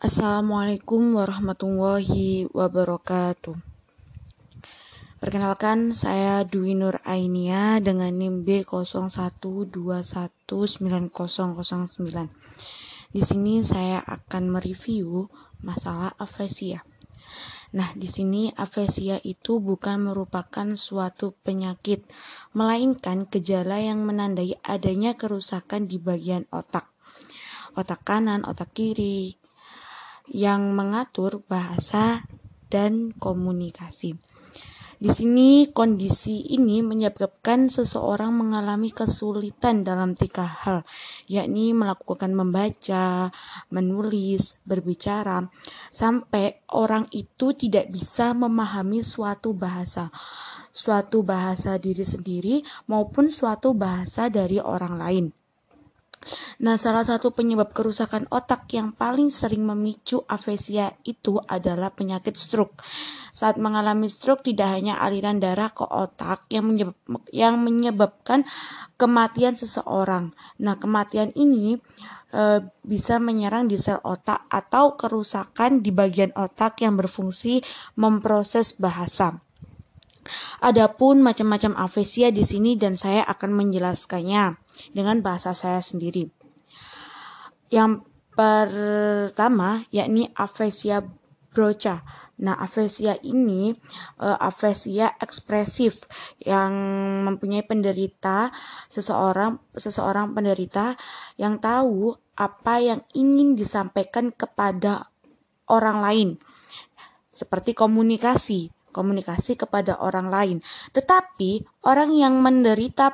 Assalamualaikum warahmatullahi wabarakatuh. Perkenalkan, saya Dwi Nur Ainia dengan NIM B01219009. Di sini saya akan mereview masalah afesia. Nah, di sini afesia itu bukan merupakan suatu penyakit, melainkan gejala yang menandai adanya kerusakan di bagian otak kanan, otak kiri, yang mengatur bahasa dan komunikasi. Di sini kondisi ini menyebabkan seseorang mengalami kesulitan dalam 3 hal, yakni melakukan membaca, menulis, berbicara, sampai orang itu tidak bisa memahami suatu bahasa diri sendiri maupun suatu bahasa dari orang lain. Nah, salah satu penyebab kerusakan otak yang paling sering memicu afesia itu adalah penyakit stroke. Saat mengalami stroke, tidak hanya aliran darah ke otak yang menyebabkan kematian seseorang. Nah, kematian ini bisa menyerang di sel otak atau kerusakan di bagian otak yang berfungsi memproses bahasa. Adapun macam-macam afesia di sini dan saya akan menjelaskannya dengan bahasa saya sendiri. Yang pertama yakni afesia Broca. Nah, afesia ini afesia ekspresif yang mempunyai seseorang penderita yang tahu apa yang ingin disampaikan kepada orang lain, seperti komunikasi kepada orang lain. Tetapi orang yang menderita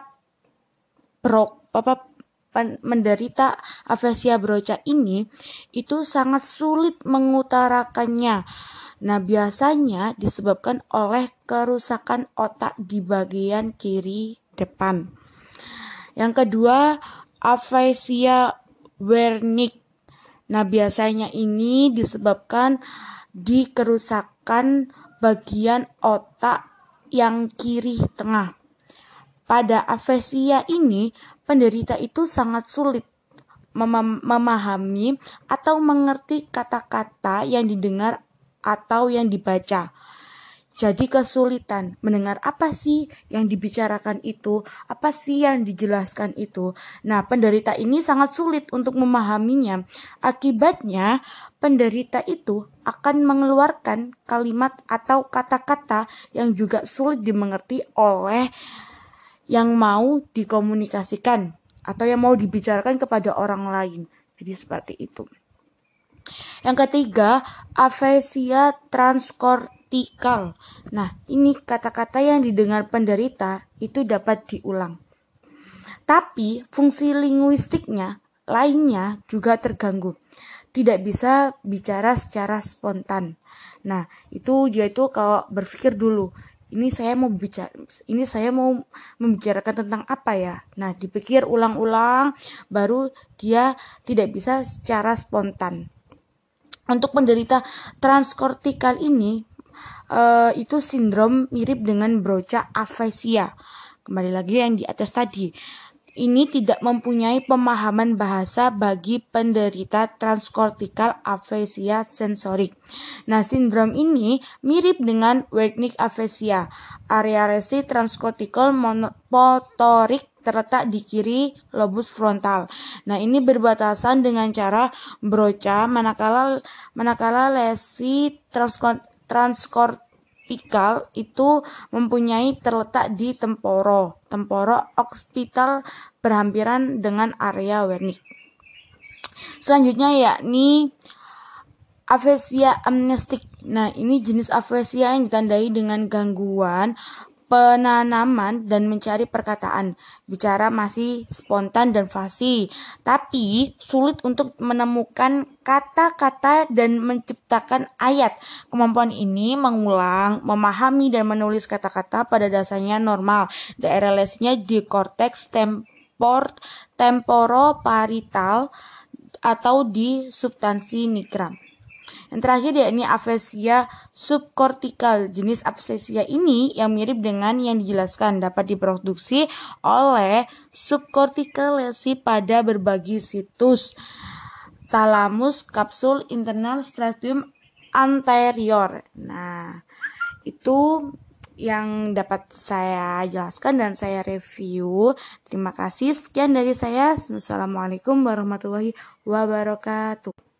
afesia Broca ini itu sangat sulit mengutarakannya. Nah, biasanya disebabkan oleh kerusakan otak di bagian kiri depan. Yang kedua, afesia Wernicke. Nah, biasanya ini disebabkan di kerusakan bagian otak yang kiri tengah. Pada afesia ini, penderita itu sangat sulit memahami atau mengerti kata-kata yang didengar atau yang dibaca. Jadi kesulitan mendengar apa sih yang dibicarakan itu, apa sih yang dijelaskan itu. Nah, penderita ini sangat sulit untuk memahaminya. Akibatnya, penderita itu akan mengeluarkan kalimat atau kata-kata yang juga sulit dimengerti oleh yang mau dikomunikasikan atau yang mau dibicarakan kepada orang lain. Jadi seperti itu. Yang ketiga, afesia transkortikal. Nah, ini kata-kata yang didengar penderita itu dapat diulang. Tapi fungsi linguistiknya lainnya juga terganggu. Tidak bisa bicara secara spontan. Nah, dia itu kalau berpikir dulu, ini saya mau membicarakan tentang apa ya? Nah, dipikir ulang-ulang, baru dia tidak bisa secara spontan. Untuk penderita transkortikal ini itu sindrom mirip dengan Broca afesia. Kembali lagi yang di atas tadi. Ini tidak mempunyai pemahaman bahasa bagi penderita transkortikal afesia sensorik. Nah, sindrom ini mirip dengan Wernicke afesia. Area lesi transkortikal motorik terletak di kiri lobus frontal. Nah, ini berbatasan dengan cara Broca manakala lesi transkortikal itu mempunyai terletak di temporo occipital berhampiran dengan area Wernicke. Selanjutnya yakni afesia amnestik. Nah, ini jenis afesia yang ditandai dengan gangguan penanaman dan mencari perkataan. Bicara masih spontan dan fasih, tapi sulit untuk menemukan kata-kata dan menciptakan ayat. Kemampuan ini mengulang, memahami dan menulis kata-kata pada dasarnya normal. Daerah lesinya di korteks temporoparital atau di substansi nigra. Yang terakhir yakni afesia subkortikal. Jenis afesia ini yang mirip dengan yang dijelaskan dapat diproduksi oleh subkortikal lesi pada berbagai situs thalamus kapsul internal striatum anterior. Nah, itu yang dapat saya jelaskan dan saya review. Terima kasih. Sekian dari saya. Wassalamualaikum warahmatullahi wabarakatuh.